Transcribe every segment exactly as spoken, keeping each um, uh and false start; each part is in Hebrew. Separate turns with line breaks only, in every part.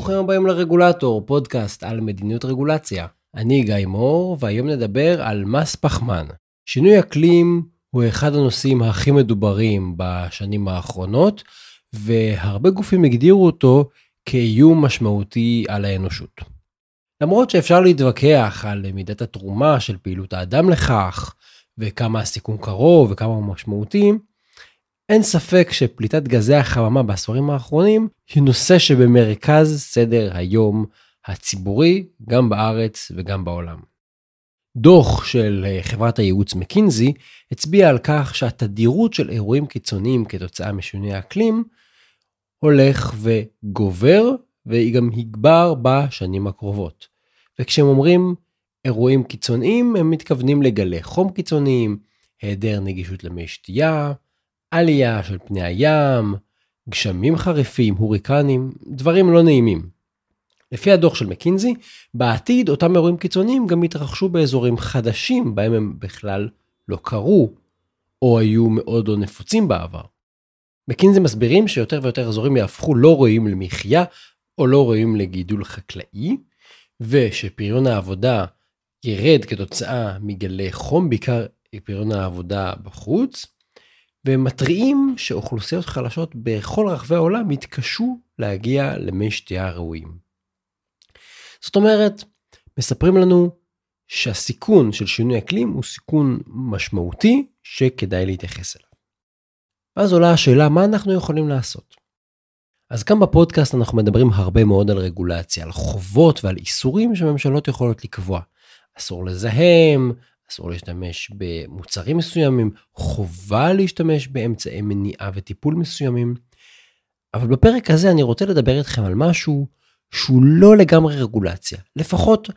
ברוכים הבאים לרגולטור, פודקאסט על מדיניות רגולציה. אני גיא מור, והיום נדבר על מס פחמן. שינוי אקלים הוא אחד הנושאים הכי מדוברים בשנים האחרונות, והרבה גופים הגדירו אותו כאיום משמעותי על האנושות. למרות שאפשר להתווכח על מידת התרומה של פעילות האדם לכך, וכמה הסיכון קרוב וכמה הוא משמעותי, אין ספק שפליטת גזי החממה בעשורים האחרונים היא נושא שבמרכז סדר היום הציבורי, גם בארץ וגם בעולם. דוח של חברת הייעוץ מקינזי הצביע על כך שהתדירות של אירועים קיצוניים כתוצאה משינוי האקלים הולך וגובר, והיא גם יגבר בשנים הקרובות. וכשהם אומרים אירועים קיצוניים, הם מתכוונים לגלי חום קיצוניים, היעדר נגישות למי שתייה, עלייה של פני הים, גשמים חריפים, הוריקנים, דברים לא נעימים. לפי הדוח של מקינזי, בעתיד אותם אירועים קיצוניים גם התרחשו באזורים חדשים בהם הם בכלל לא קרו, או היו מאוד לא נפוצים בעבר. מקינזי מסבירים שיותר ויותר אזורים יהפכו לא ראויים למחיה, או לא ראויים לגידול חקלאי, ושפריון העבודה ירד כתוצאה מגלי חום, בעיקר פריון העבודה בחוץ, והם מטריעים שאוכלוסיות חלשות בכל רחבי העולם יתקשו להגיע למי שתייה ראויים. זאת אומרת, מספרים לנו שהסיכון של שינוי אקלים הוא סיכון משמעותי שכדאי להתייחס אליו. ואז עולה השאלה, מה אנחנו יכולים לעשות? אז גם בפודקאסט אנחנו מדברים הרבה מאוד על רגולציה, על חובות ועל איסורים שממשלות יכולות לקבוע. אסור לזהם, אסור להשתמש במוצרים מסוימים, חובה להשתמש באמצעי מניעה וטיפול מסוימים. אבל בפרק הזה אני רוצה לדבר איתכם על משהו שהוא לא לגמרי רגולציה, לפחות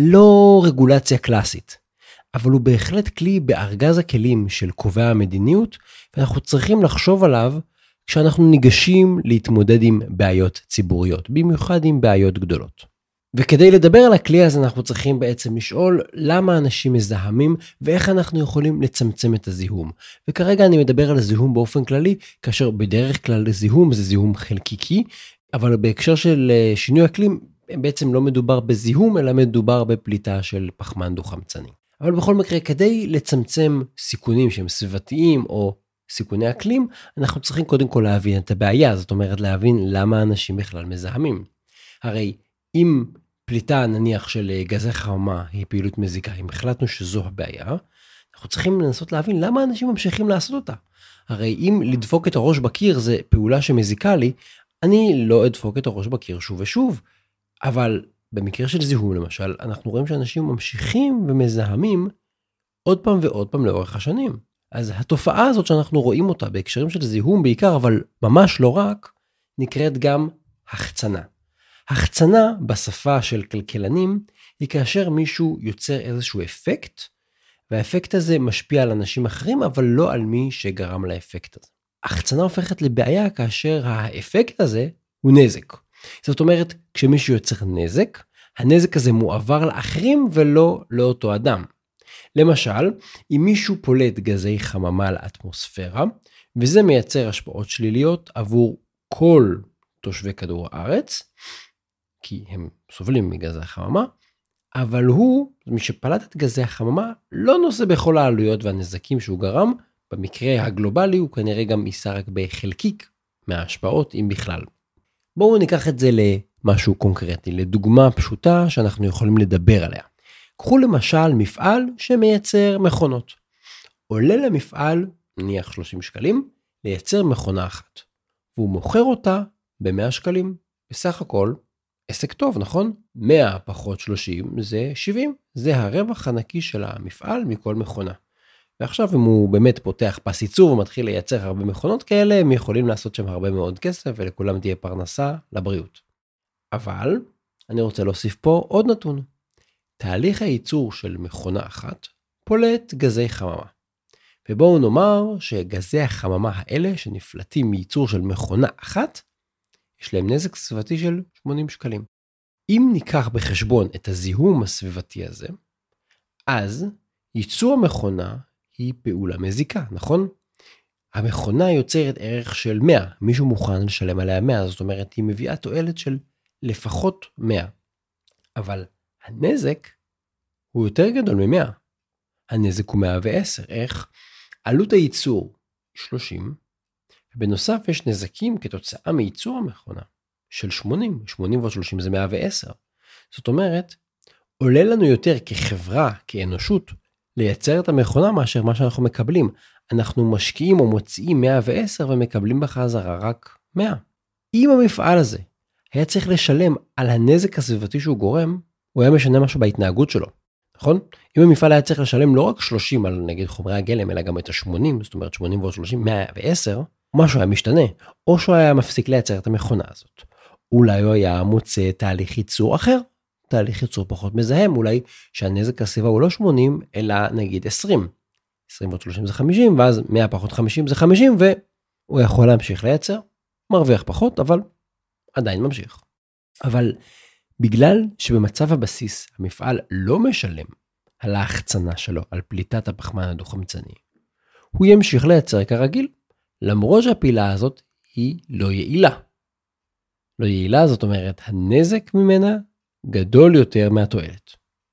לא רגולציה קלאסית, אבל הוא בהחלט כלי בארגז הכלים של קובעי המדיניות, ואנחנו צריכים לחשוב עליו כשאנחנו ניגשים להתמודד עם בעיות ציבוריות, במיוחד עם בעיות גדולות. וכדי לדבר על הכלי הזה אנחנו צריכים בעצם לשאול למה אנשים מזהמים ואיך אנחנו יכולים לצמצם את הזיהום. וכרגע אני מדבר על הזיהום באופן כללי, כאשר בדרך כלל זיהום זה זיהום חלקיקי, אבל בהקשר של שינוי אקלים בעצם לא מדובר בזיהום אלא מדובר בפליטה של פחמן דו-חמצני. אבל בכל מקרה כדי לצמצם סיכונים שהם סביבתיים או סיכוני אקלים, אנחנו צריכים קודם כל להבין את הבעיה, זאת אומרת להבין למה אנשים בכלל מזהמים. הרי אם פליטה נניח של גזי חממה היא פעילות מזיקה, אם החלטנו שזו הבעיה, אנחנו צריכים לנסות להבין למה אנשים ממשיכים לעשות אותה. הרי אם לדפוק את הראש בקיר זה פעולה שמזיקה לי, אני לא אדפוק את הראש בקיר שוב ושוב. אבל במקרה של זיהום למשל, אנחנו רואים שאנשים ממשיכים ומזהמים עוד פעם ועוד פעם לאורך השנים. אז התופעה הזאת שאנחנו רואים אותה בהקשרים של זיהום בעיקר, אבל ממש לא רק, נקראת גם החצנה. החצנה בשפה של כלכלנים היא כאשר מישהו יוצר איזשהו אפקט, והאפקט הזה משפיע על אנשים אחרים, אבל לא על מי שגרם לאפקט הזה. החצנה הופכת לבעיה כאשר האפקט הזה הוא נזק. זאת אומרת, כשמישהו יוצר נזק, הנזק הזה מועבר לאחרים ולא לאותו אדם. למשל, אם מישהו פולט גזי חממה לאטמוספירה, וזה מייצר השפעות שליליות עבור כל תושבי כדור הארץ, כי הם סובלים מגזי החממה, אבל הוא, מי שפלט את גזי החממה, לא נושא בכל העלויות והנזקים שהוא גרם, במקרה הגלובלי הוא כנראה גם יישא רק בחלקיק מההשפעות, אם בכלל. בואו ניקח את זה למשהו קונקרטי, לדוגמה פשוטה שאנחנו יכולים לדבר עליה. קחו למשל מפעל שמייצר מכונות. עולה למפעל, נניח שלושים שקלים, לייצר מכונה אחת. והוא מוכר אותה ב-מאה שקלים. בסך הכל, עסק טוב, נכון? מאה פחות שלושים זה שבעים. זה הרווח הנקי של המפעל מכל מכונה. ועכשיו אם הוא באמת פותח פס ייצור ומתחיל לייצר הרבה מכונות כאלה, הם יכולים לעשות שם הרבה מאוד כסף ולכולם תהיה פרנסה לבריאות. אבל אני רוצה להוסיף פה עוד נתון. תהליך הייצור של מכונה אחת פולט גזי חממה. ובואו נאמר שגזי החממה האלה שנפלטים מייצור של מכונה אחת, יש להם נזק סביבתי של שמונים שקלים. אם ניקח בחשבון את הזיהום הסביבתי הזה, אז ייצור המכונה היא פעולה מזיקה, נכון? המכונה יוצרת ערך של מאה, מישהו מוכן לשלם עליה מאה, זאת אומרת היא מביאה תועלת של לפחות מאה. אבל הנזק הוא יותר גדול מ-מאה. הנזק הוא מאה ועשר. איך? עלות הייצור שלושים, ובנוסף יש נזקים כתוצאה מייצור המכונה של שמונים. שמונים ועוד שלושים זה מאה ועשר. זאת אומרת, עולה לנו יותר כחברה, כאנושות, לייצר את המכונה מאשר מה שאנחנו מקבלים. אנחנו משקיעים או מוציאים מאה ועשר ומקבלים בחזרה רק מאה. אם המפעל הזה היה צריך לשלם על הנזק הסביבתי שהוא גורם, הוא היה משנה משהו בהתנהגות שלו. נכון? אם המפעל היה צריך לשלם לא רק שלושים על נגיד חומרי הגלם, אלא גם את ה-שמונים, זאת אומרת שמונים ועוד שלושים, מאה ועשר, משהו היה משתנה. או שהוא היה מפסיק לייצר את המכונה הזאת. אולי הוא היה מוצא תהליך ייצור אחר, תהליך ייצור פחות מזהם, אולי שהנזק הסביבה הוא לא שמונים, אלא נגיד עשרים. עשרים ועוד שלושים זה חמישים, ואז מאה פחות חמישים זה חמישים, והוא יכול להמשיך לייצר, מרוויח פחות, אבל עדיין ממשיך. אבל בגלל שבמצב הבסיס המפעל לא משלם על ההחצנה שלו, על פליטת הפחמן הדו-חמצני, הוא ימשיך לייצר כרגיל, למרות שהפעילה הזאת היא לא יעילה. לא יעילה, זאת אומרת, הנזק ממנה גדול יותר מהתועלת.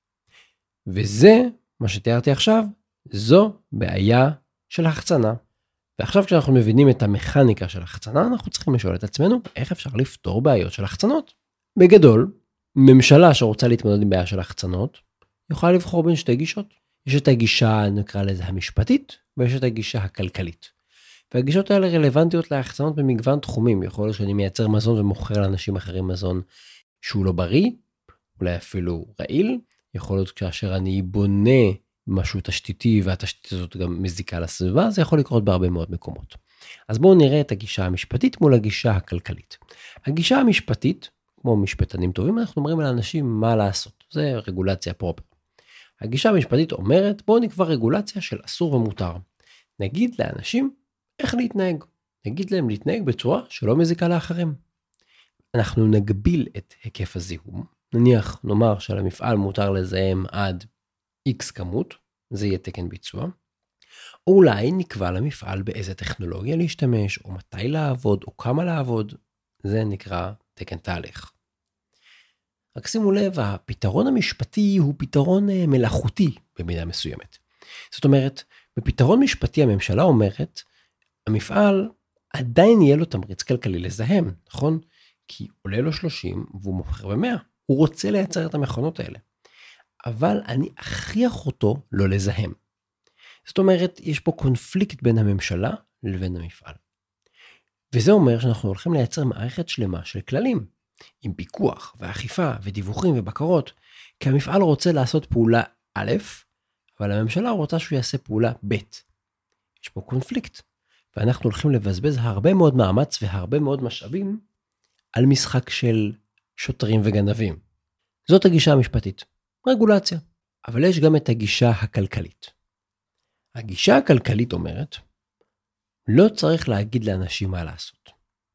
וזה, מה שתיארתי עכשיו, זו בעיה של החצנה. ועכשיו כשאנחנו מבינים את המכניקה של החצנה, אנחנו צריכים לשאול את עצמנו, איך אפשר לפתור בעיות של החצנות? בגדול, ממשלה שרוצה להתמודד עם בעיה של החצנות, יכולה לבחור בין שתי גישות. יש את הגישה, נקרא לזה המשפטית, ויש את הגישה הכלכלית. והגישות האלה רלוונטיות להחצנות במגוון תחומים. יכול להיות שאני מייצר מזון ומוכר לאנשים אחרים מזון שהוא לא בריא, אולי אפילו רעיל. יכול להיות כאשר אני בונה משהו תשתיתי, והתשתית הזאת גם מזיקה לסביבה, זה יכול לקרות בהרבה מאוד מקומות. אז בואו נראה את הגישה המשפטית מול הגישה הכלכלית. הגישה המשפטית, כמו משפטנים טובים, אנחנו אומרים לאנשים מה לעשות. זה רגולציה פרופר. הגישה המשפטית אומרת, בואו נקבע רגולציה של אסור ומותר. נגיד לאנשים איך להתנהג. נגיד להם להתנהג בצורה שלא מזיקה לאחרים. אנחנו נגביל את היקף הזיהום. נניח, נאמר שלמפעל מותר לזהם עד X כמות, זה יהיה תקן ביצוע. או אולי נקבע למפעל באיזה טכנולוגיה להשתמש, או מתי לעבוד, או כמה לעבוד. זה נקרא תקן תהליך. רק שימו לב, הפתרון המשפטי הוא פתרון מלאכותי במידה מסוימת. זאת אומרת, בפתרון משפטי הממשלה אומרת, המפעל עדיין יהיה לו תמריץ כלכלי לזהם, נכון? כי עולה לו שלושים והוא מוכר ב-מאה. הוא רוצה לייצר את המכונות האלה. אבל אני אכריח אותו לא לזהם. זאת אומרת, יש פה קונפליקט בין הממשלה לבין המפעל. וזה אומר שאנחנו הולכים לייצר מערכת שלמה של כללים, עם פיקוח ואכיפה ודיווחים ובקרות, כי המפעל רוצה לעשות פעולה א', אבל הממשלה רוצה שהוא יעשה פעולה ב'. יש פה קונפליקט, ואנחנו הולכים לבזבז הרבה מאוד מאמץ והרבה מאוד משאבים על משחק של שוטרים וגנבים. זאת הגישה המשפטית, רגולציה. אבל יש גם את הגישה הכלכלית. הגישה הכלכלית אומרת, לא צריך להגיד לאנשים מה לעשות.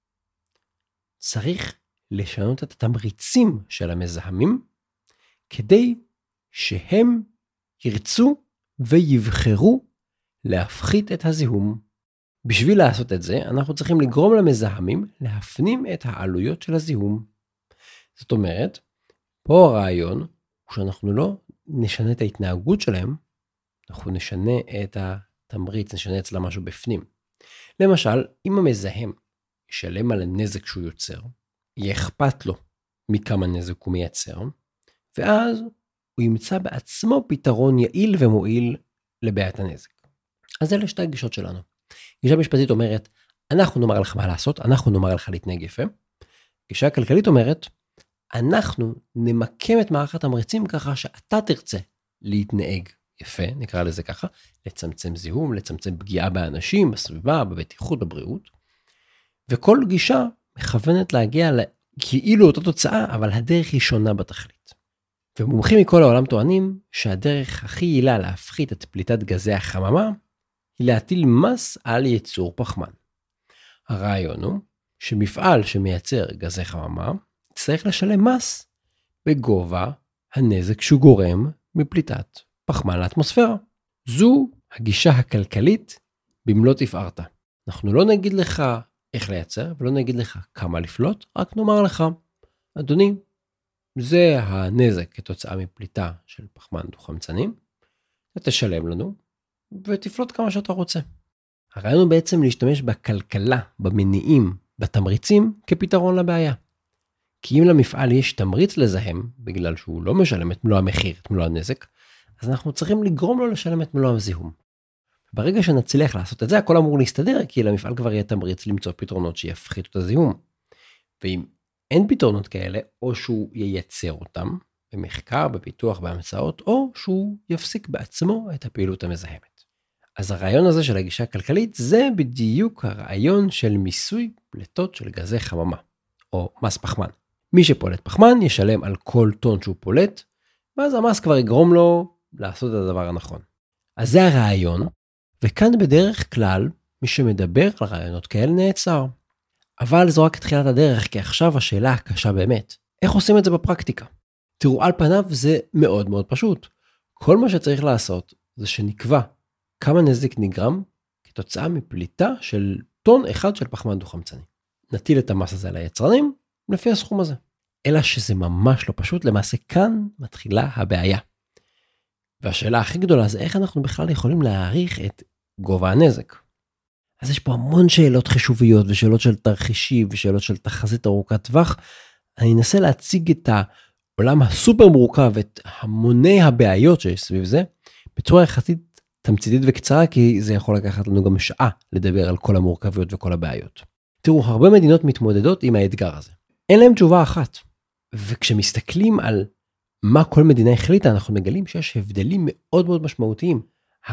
צריך לשנות את התמריצים של המזהמים, כדי שהם ירצו ויבחרו להפחית את הזיהום. בשביל לעשות את זה, אנחנו צריכים לגרום למזהמים להפנים את העלויות של הזיהום. זאת אומרת, פה הרעיון הוא שאנחנו לא נשנה את ההתנהגות שלהם, אנחנו נשנה את התמריץ, נשנה אצלה משהו בפנים. למשל, אם המזהם ישלם על הנזק שהוא יוצר, יהיה אכפת לו מכמה נזק הוא מייצר, ואז הוא ימצא בעצמו פתרון יעיל ומועיל לבעיית הנזק. אז אלה שתי הגישות שלנו. גישה משפטית אומרת, אנחנו נאמר לך מה לעשות, אנחנו נאמר לך להתנהג יפה. גישה כלכלית אומרת, אנחנו נמקם את מערכת התמריצים ככה שאתה תרצה להתנהג יפה, נקרא לזה ככה, לצמצם זיהום, לצמצם פגיעה באנשים, בסביבה, בבטיחות, בבריאות. וכל גישה מכוונת להגיע כאילו אותה תוצאה, אבל הדרך היא שונה בתכלית. ומומחים מכל העולם טוענים שהדרך הכי יעילה להפחית את פליטת גזי החממה, היא להטיל מס על ייצור פחמן. הרעיון הוא שמפעל שמייצר גזי חממה, צריך לשלם מס בגובה הנזק שהוא גורם מפליטת פחמן לאטמוספירה. זו הגישה הכלכלית במלוא תפארתה. אנחנו לא נגיד לך איך לייצר, ולא נגיד לך כמה לפלוט, רק נאמר לך, אדוני, זה הנזק כתוצאה מפליטה של פחמן דו-חמצני, אתה תשלם לנו ותפלוט כמה שאתה רוצה. הרעיון הוא בעצם להשתמש בכלכלה, במניעים, בתמריצים כפתרון לבעיה. כי אם למפעל יש תמריץ לזהם, בגלל שהוא לא משלם את מלוא המחיר, את מלוא הנזק, אז אנחנו צריכים לגרום לו לשלם את מלוא הזיהום. ברגע שנצליח לעשות את זה, הכל אמור להסתדר, כי למפעל כבר יהיה תמריץ למצוא פתרונות שיפחיתו את הזיהום. ואם אין פתרונות כאלה, או שהוא ייצר אותם, במחקר, בפיתוח, בהמצאות, או שהוא יפסיק בעצמו את הפעילות המזהמת. אז הרעיון הזה של הגישה הכלכלית, זה בדיוק הרעיון של מיסוי פליטות של גזי חממה, או מס פחמן. מי שפולט פחמן ישלם על כל טון שהוא פולט, ואז המס כבר יגרום לו לעשות את הדבר הנכון. אז זה הרעיון, וכאן בדרך כלל, מי שמדבר על רעיונות כאלה נעצר. אבל זו רק תחילת הדרך, כי עכשיו השאלה הקשה באמת, איך עושים את זה בפרקטיקה? תראו, על פניו זה מאוד מאוד פשוט. כל מה שצריך לעשות, זה שנקבע כמה נזק נגרם, כתוצאה מפליטה של טון אחד של פחמן דו-חמצני. נטיל את המס הזה על היצרנים, לפי הסכום הזה. אלא שזה ממש לא פשוט, למעשה כאן מתחילה הבעיה. והשאלה הכי גדולה זה איך אנחנו בכלל יכולים להעריך את גובה הנזק. אז יש פה המון שאלות חישוביות ושאלות של תרחישים ושאלות של תחזית ארוכת טווח. אני אנסה להציג את העולם הסופר מורכב, את המוני הבעיות שיש סביב זה, בצורה יחסית תמציתית וקצרה, כי זה יכול לקחת לנו גם שעה לדבר על כל המורכבויות וכל הבעיות. תראו, הרבה מדינות מתמודדות עם האתגר הזה. אין להם תשובה אחת. וכשמסתכלים על מה כל מדינה החליטה, אנחנו מגלים שיש הבדלים מאוד מאוד משמעותיים.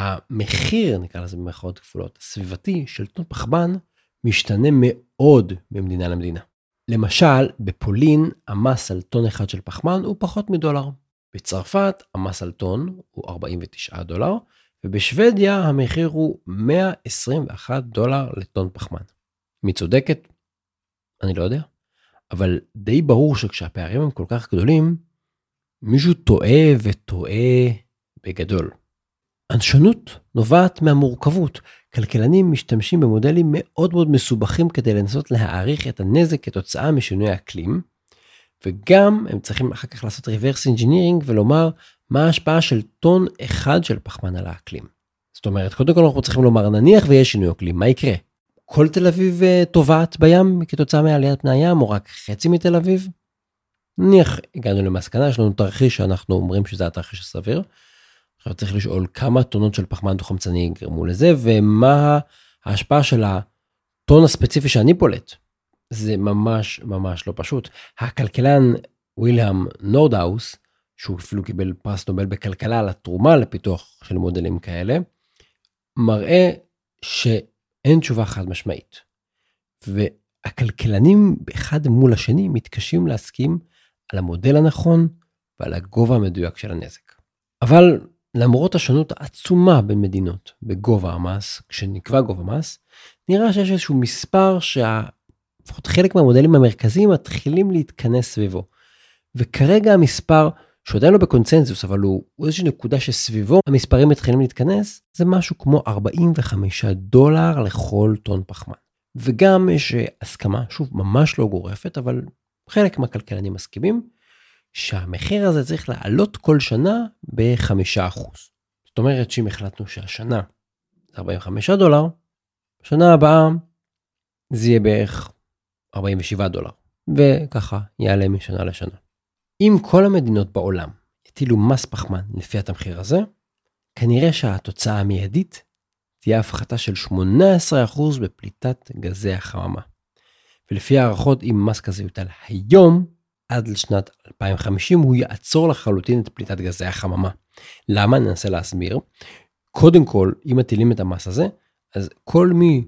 המחיר, נקרא לזה במרכאות כפולות, הסביבתי של טון פחמן, משתנה מאוד ממדינה למדינה. למשל, בפולין, המס על טון אחד של פחמן הוא פחות מדולר. בצרפת, המס על טון הוא ארבעים ותשעה דולר, ובשוודיה המחיר הוא מאה עשרים ואחד דולר לטון פחמן. מי צודקת? אני לא יודע. אבל די ברור שכשהפערים הם כל כך גדולים, מישהו טועה וטועה בגדול. השונות נובעת מהמורכבות. כלכלנים משתמשים במודלים מאוד מאוד מסובכים כדי לנסות להעריך את הנזק כתוצאה משינוי האקלים, וגם הם צריכים אחר כך לעשות reverse engineering ולומר מה ההשפעה של טון אחד של פחמן על האקלים. זאת אומרת, קודם כל אנחנו צריכים לומר, נניח ויש שינוי אקלים, מה יקרה? כל תל אביב טובעת בים כתוצאה מעליית פני הים, או רק חצי מתל אביב? נניח הגענו למסקנה, יש לנו תרחיש שאנחנו אומרים שזה התרחיש הסביר. עכשיו צריך לשאול כמה טונות של פחמן דו-חמצני יגרמו לזה, ומה ההשפעה של הטון הספציפי שאני פולט. זה ממש ממש לא פשוט. הכלכלן וויליאם נורדהאוס, שהוא אפילו קיבל פרס נובל בכלכלה על התרומה לפיתוח של מודלים כאלה, מראה שאין תשובה חד משמעית. והכלכלנים אחד מול השני מתקשים להסכים על המודל הנכון ועל הגובה המדויק של הנזק. אבל למרות השונות העצומה בין מדינות בגובה המס, כשנקבע גובה מס, נראה שיש איזשהו מספר שלפחות חלק מהמודלים המרכזיים מתחילים להתכנס סביבו. וכרגע המספר, שעדיין לא בקונצנזוס, אבל הוא איזושהי נקודה שסביבו המספרים מתחילים להתכנס, זה משהו כמו ארבעים וחמישה דולר לכל טון פחמן. וגם יש הסכמה, שוב, ממש לא גורפת, אבל חלק מהכלכלנים מסכימים, שהמחיר הזה צריך לעלות כל שנה ב-חמישה אחוז. זאת אומרת שאם החלטנו שהשנה זה ארבעים וחמישה דולר, בשנה הבאה זה יהיה בערך ארבעים ושבעה דולר, וככה יעלה משנה לשנה. אם כל המדינות בעולם יטילו מס פחמן לפי התמחיר הזה, כנראה שהתוצאה המיידית תהיה הפחתה של שמונה עשרה אחוז בפליטת גזי החממה. ולפי הערכות, אם מס כזה יוטל היום, עד לשנת אלפיים וחמישים הוא יעצור לחלוטין את פליטת גזי החממה. למה? ננסה להסביר. קודם כל, אם מטילים את המס הזה, אז כל מי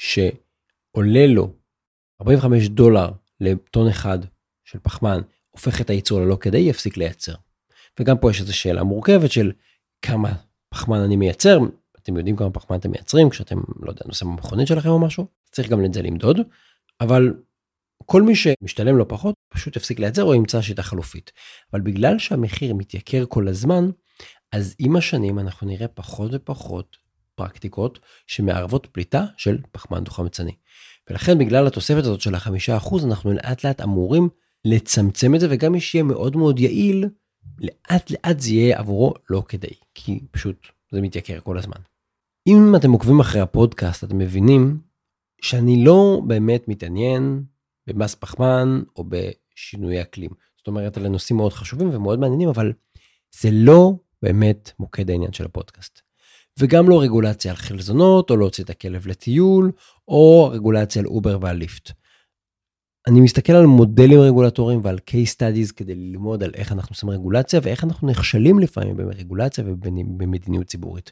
שעולה לו ארבעים וחמישה דולר לטון אחד של פחמן, הופך את הייצור ללא כדי, יפסיק לייצר. וגם פה יש איזו שאלה מורכבת של כמה פחמן אני מייצר. אתם יודעים כמה פחמן אתם מייצרים, כשאתם, לא יודע, נושא במכונית שלכם או משהו, צריך גם את זה למדוד, אבל כל מי שמשתלם לו פחות, פשוט יפסיק לייצר או ימצא שיטה חלופית. אבל בגלל שהמחיר מתייקר כל הזמן, אז עם השנים אנחנו נראה פחות ופחות פרקטיקות שמערבות פליטה של פחמן דו-חמצני. ולכן בגלל התוספת הזאת של החמישה אחוז, אנחנו לאט לאט אמורים לצמצם את זה, וגם מי שיהיה מאוד מאוד יעיל, לאט לאט זה יהיה עבורו לא כדאי, כי פשוט זה מתייקר כל הזמן. אם אתם עוקבים אחרי הפודקאסט, אתם מבינים שאני לא באמת מתעניין במס פחמן או בשינוי אקלים. זאת אומרת, אלה נושאים מאוד חשובים ומאוד מעניינים, אבל זה לא באמת מוקד העניין של הפודקאסט. וגם לא רגולציה על חלזונות, או להוציא את הכלב לטיול, או רגולציה על אובר ועל ליפט. אני מסתכל על מודלים רגולטוריים ועל case studies כדי ללמוד על איך אנחנו עושים רגולציה, ואיך אנחנו נכשלים לפעמים ברגולציה ובמדיניות ציבורית.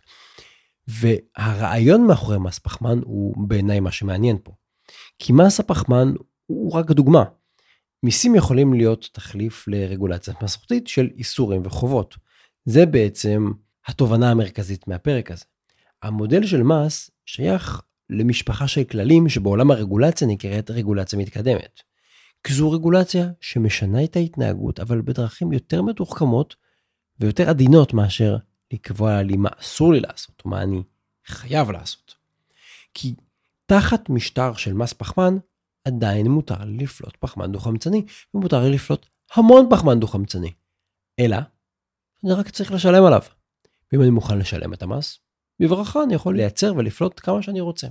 והרעיון מאחורי מס פחמן הוא בעיניי מה שמעניין פה. כי מס הפחמן הוא רק דוגמה. מיסים יכולים להיות תחליף לרגולציה מסורתית של איסורים וחובות. זה בעצם התובנה המרכזית מהפרק הזה. המודל של מס שייך למשפחה של כללים שבעולם הרגולציה נקראת רגולציה מתקדמת. כי זו רגולציה שמשנה את ההתנהגות, אבל בדרכים יותר מתוחכמות ויותר עדינות מאשר לקבוע לי מה אסור לי לעשות, או מה אני חייב לעשות. כי תחת משטר של מס פחמן, עדיין מותר לי לפלוט פחמן דו-חמצני, ומותר לי לפלוט המון פחמן דו-חמצני. אלא, אני רק צריך לשלם עליו. ואם אני מוכן לשלם את המס, בברכה אני יכול לייצר ולפלוט כמה שאני רוצה.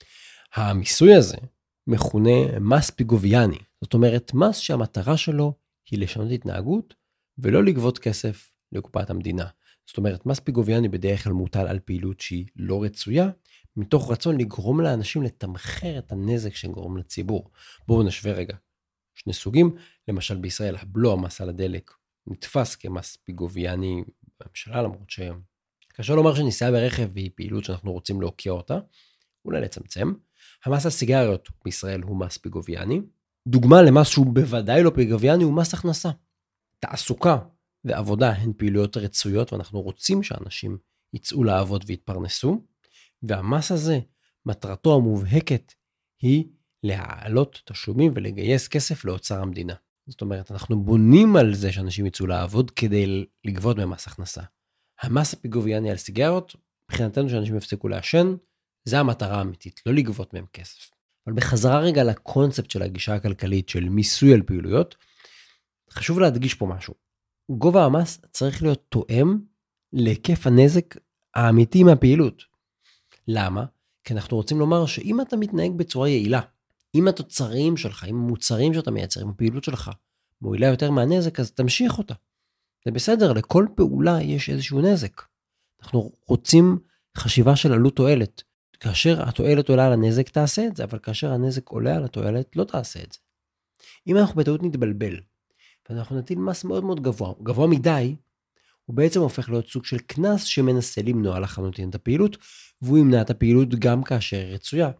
המיסוי הזה מכונה מס פיגוביאני. זאת אומרת, מס שהמטרה שלו היא לשנות התנהגות, ולא לגבות כסף לקופת המדינה. זאת אומרת, מס פיגוביאני בדרך כלל מוטל על פעילות שהיא לא רצויה, מתוך רצון לגרום לאנשים לתמחר את הנזק שגורם לציבור. בואו נשווה רגע שני סוגים. למשל בישראל, הבלו המס על הדלק נתפס כמס פיגוביאני בממשלה, למרות שקשה לומר שנסיעה ברכב היא פעילות שאנחנו רוצים להוקיע אותה, אולי לצמצם. המס על סיגריות בישראל הוא מס פיגוביאני. דוגמה למס שהוא בוודאי לא פיגוביאני הוא מס הכנסה. תעסוקה ועבודה הן פעילויות רצויות, ואנחנו רוצים שאנשים יצאו לעבוד ויתפרנסו, והמס הזה, מטרתו המובהקת היא להעלות תשלומים ולגייס כסף לאוצר המדינה. זאת אומרת, אנחנו בונים על זה שאנשים יצאו לעבוד כדי לגבות ממס הכנסה. המס הפיגוביאני על סיגריות, מבחינתנו שאנשים יפסיקו לעשן, זה המטרה האמיתית, לא לגבות מהם כסף. אבל בחזרה רגע לקונספט של הגישה הכלכלית של מיסוי על פעילויות, חשוב להדגיש פה משהו. גובה המס צריך להיות תואם להיקף הנזק האמיתי מהפעילות. למה? כי אנחנו רוצים לומר שאם אתה מתנהג בצורה יעילה, אם התוצרים שלך, אם המוצרים שאתה מייצר, אם הפעילות שלך מועילה יותר מהנזק, אז תמשיך אותה. זה בסדר, לכל פעולה יש איזשהו נזק. אנחנו רוצים חשיבה של עלות תועלת. כאשר התועלת עולה על הנזק, תעשה את זה, אבל כאשר הנזק עולה על התועלת, לא תעשה את זה. אם אנחנו בטעות נתבלבל, ואנחנו נטיל מס מאוד מאוד גבוה, גבוה מדי, הוא בעצם הופך להיות סוג של כנס שמנסה למנוע לחלוטין את הפעילות, והוא ימנע את הפעילות גם כאשר היא רצויה.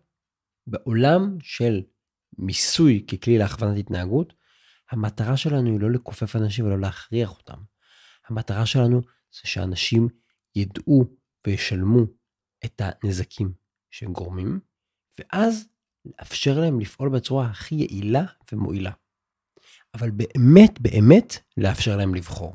בעולם של מיסוי ככלי להכוונת התנהגות, המטרה שלנו היא לא לכופף אנשים ולא להכריח אותם. המטרה שלנו זה שאנשים ידעו וישלמו את הנזקים שהם גורמים, ואז לאפשר להם לפעול בצורה הכי יעילה ומועילה. אבל באמת, באמת, לאפשר להם לבחור.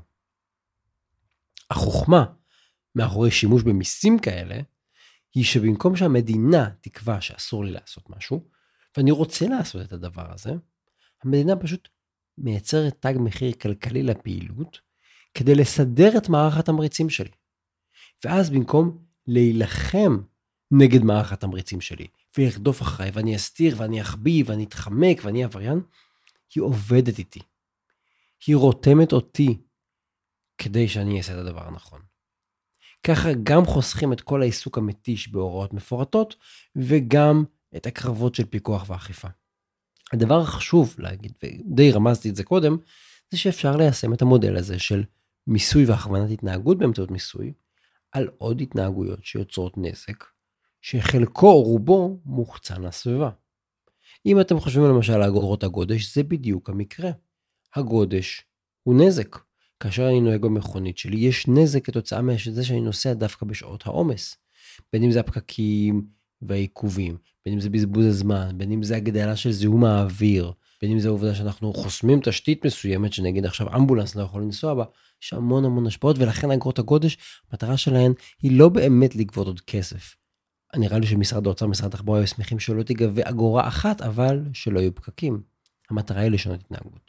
החוכמה מאחורי שימוש במיסים כאלה, היא שבמקום שהמדינה תקבע שאסור לי לעשות משהו, ואני רוצה לעשות את הדבר הזה, המדינה פשוט מייצרת תג מחיר כלכלי לפעילות, כדי לסדר את מערך התמריצים שלי. ואז במקום להילחם נגד מערך התמריצים שלי, וירדוף אחריי, ואני אסתיר, ואני אחביא, ואני אתחמק, ואני עבריין, היא עובדת איתי. היא רותמת אותי, כדי שאני אעשה את הדבר הנכון. ככה גם חוסכים את כל העיסוק המתיש בהוראות מפורטות, וגם את הקרבות של פיקוח ואכיפה. הדבר החשוב להגיד, ודי רמזתי את זה קודם, זה שאפשר ליישם את המודל הזה של מיסוי והכוונת התנהגות באמצעות מיסוי, על עוד התנהגויות שיוצרות נזק, שחלקו או רובו מוחצן לסביבה. אם אתם חושבים למשל על אגרות הגודש, זה בדיוק המקרה. הגודש הוא נזק. כאשר אני נוהג במכונית שלי, יש נזק כתוצאה מזה שאני נוסע דווקא בשעות העומס. בין אם זה הפקקים והעיכובים, בין אם זה בזבוז הזמן, בין אם זה הגדלה של זיהום האוויר, בין אם זה העובדה שאנחנו חוסמים תשתית מסוימת, שנגיד עכשיו אמבולנס לא יכול לנסוע בה, יש המון המון השפעות, ולכן אגרות הגודש, המטרה שלהן היא לא באמת לגבות עוד כסף. נראה לי שמשרד האוצר, משרד התחבורה, היו שמחים שלא תיגבה אגורה אחת, אבל שלא יהיו פקקים. המטרה היא לשנות התנהגות.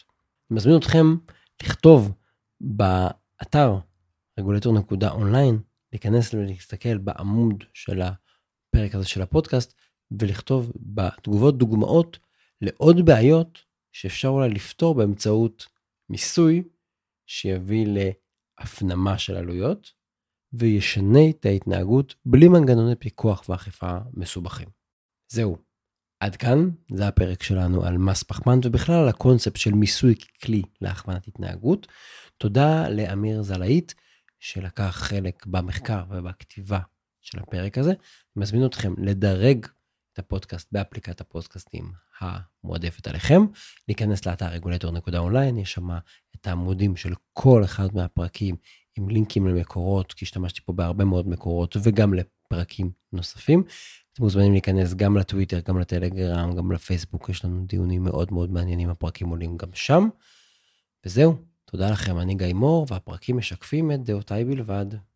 אני מזמין אתכם לכתוב באתר רגולטור נקודה אונליין, להיכנס ולהסתכל בעמוד של הפרק הזה של הפודקאסט, ולכתוב בתגובות דוגמאות לעוד בעיות שאפשר אולי לפתור באמצעות מיסוי, שיביא להפנמה של עלויות, וישנה את ההתנהגות בלי מנגנוני פיקוח ואכיפה מסובכים. זהו, עד כאן, זה הפרק שלנו על מס פחמן, ובכלל על הקונספט של מיסוי ככלי להכוונת התנהגות. תודה לאמיר זלעית, שלקח חלק במחקר ובכתיבה של הפרק הזה. אני מזמין אתכם לדרג את הפודקאסט באפליקת הפודקאסטים המועדפת עליכם, להיכנס לאתר רגולטור נקודה אונליין, יש שם את העמודים של כל אחד מהפרקים, עם לינקים למקורות, כי השתמשתי פה בהרבה מאוד מקורות, וגם לפרקים נוספים. אתם מוזמנים להיכנס גם לטוויטר, גם לטלגרם, גם לפייסבוק, יש לנו דיונים מאוד מאוד מעניינים, הפרקים עולים גם שם. וזהו, תודה לכם, אני גיא מור, והפרקים משקפים את דעותיי בלבד.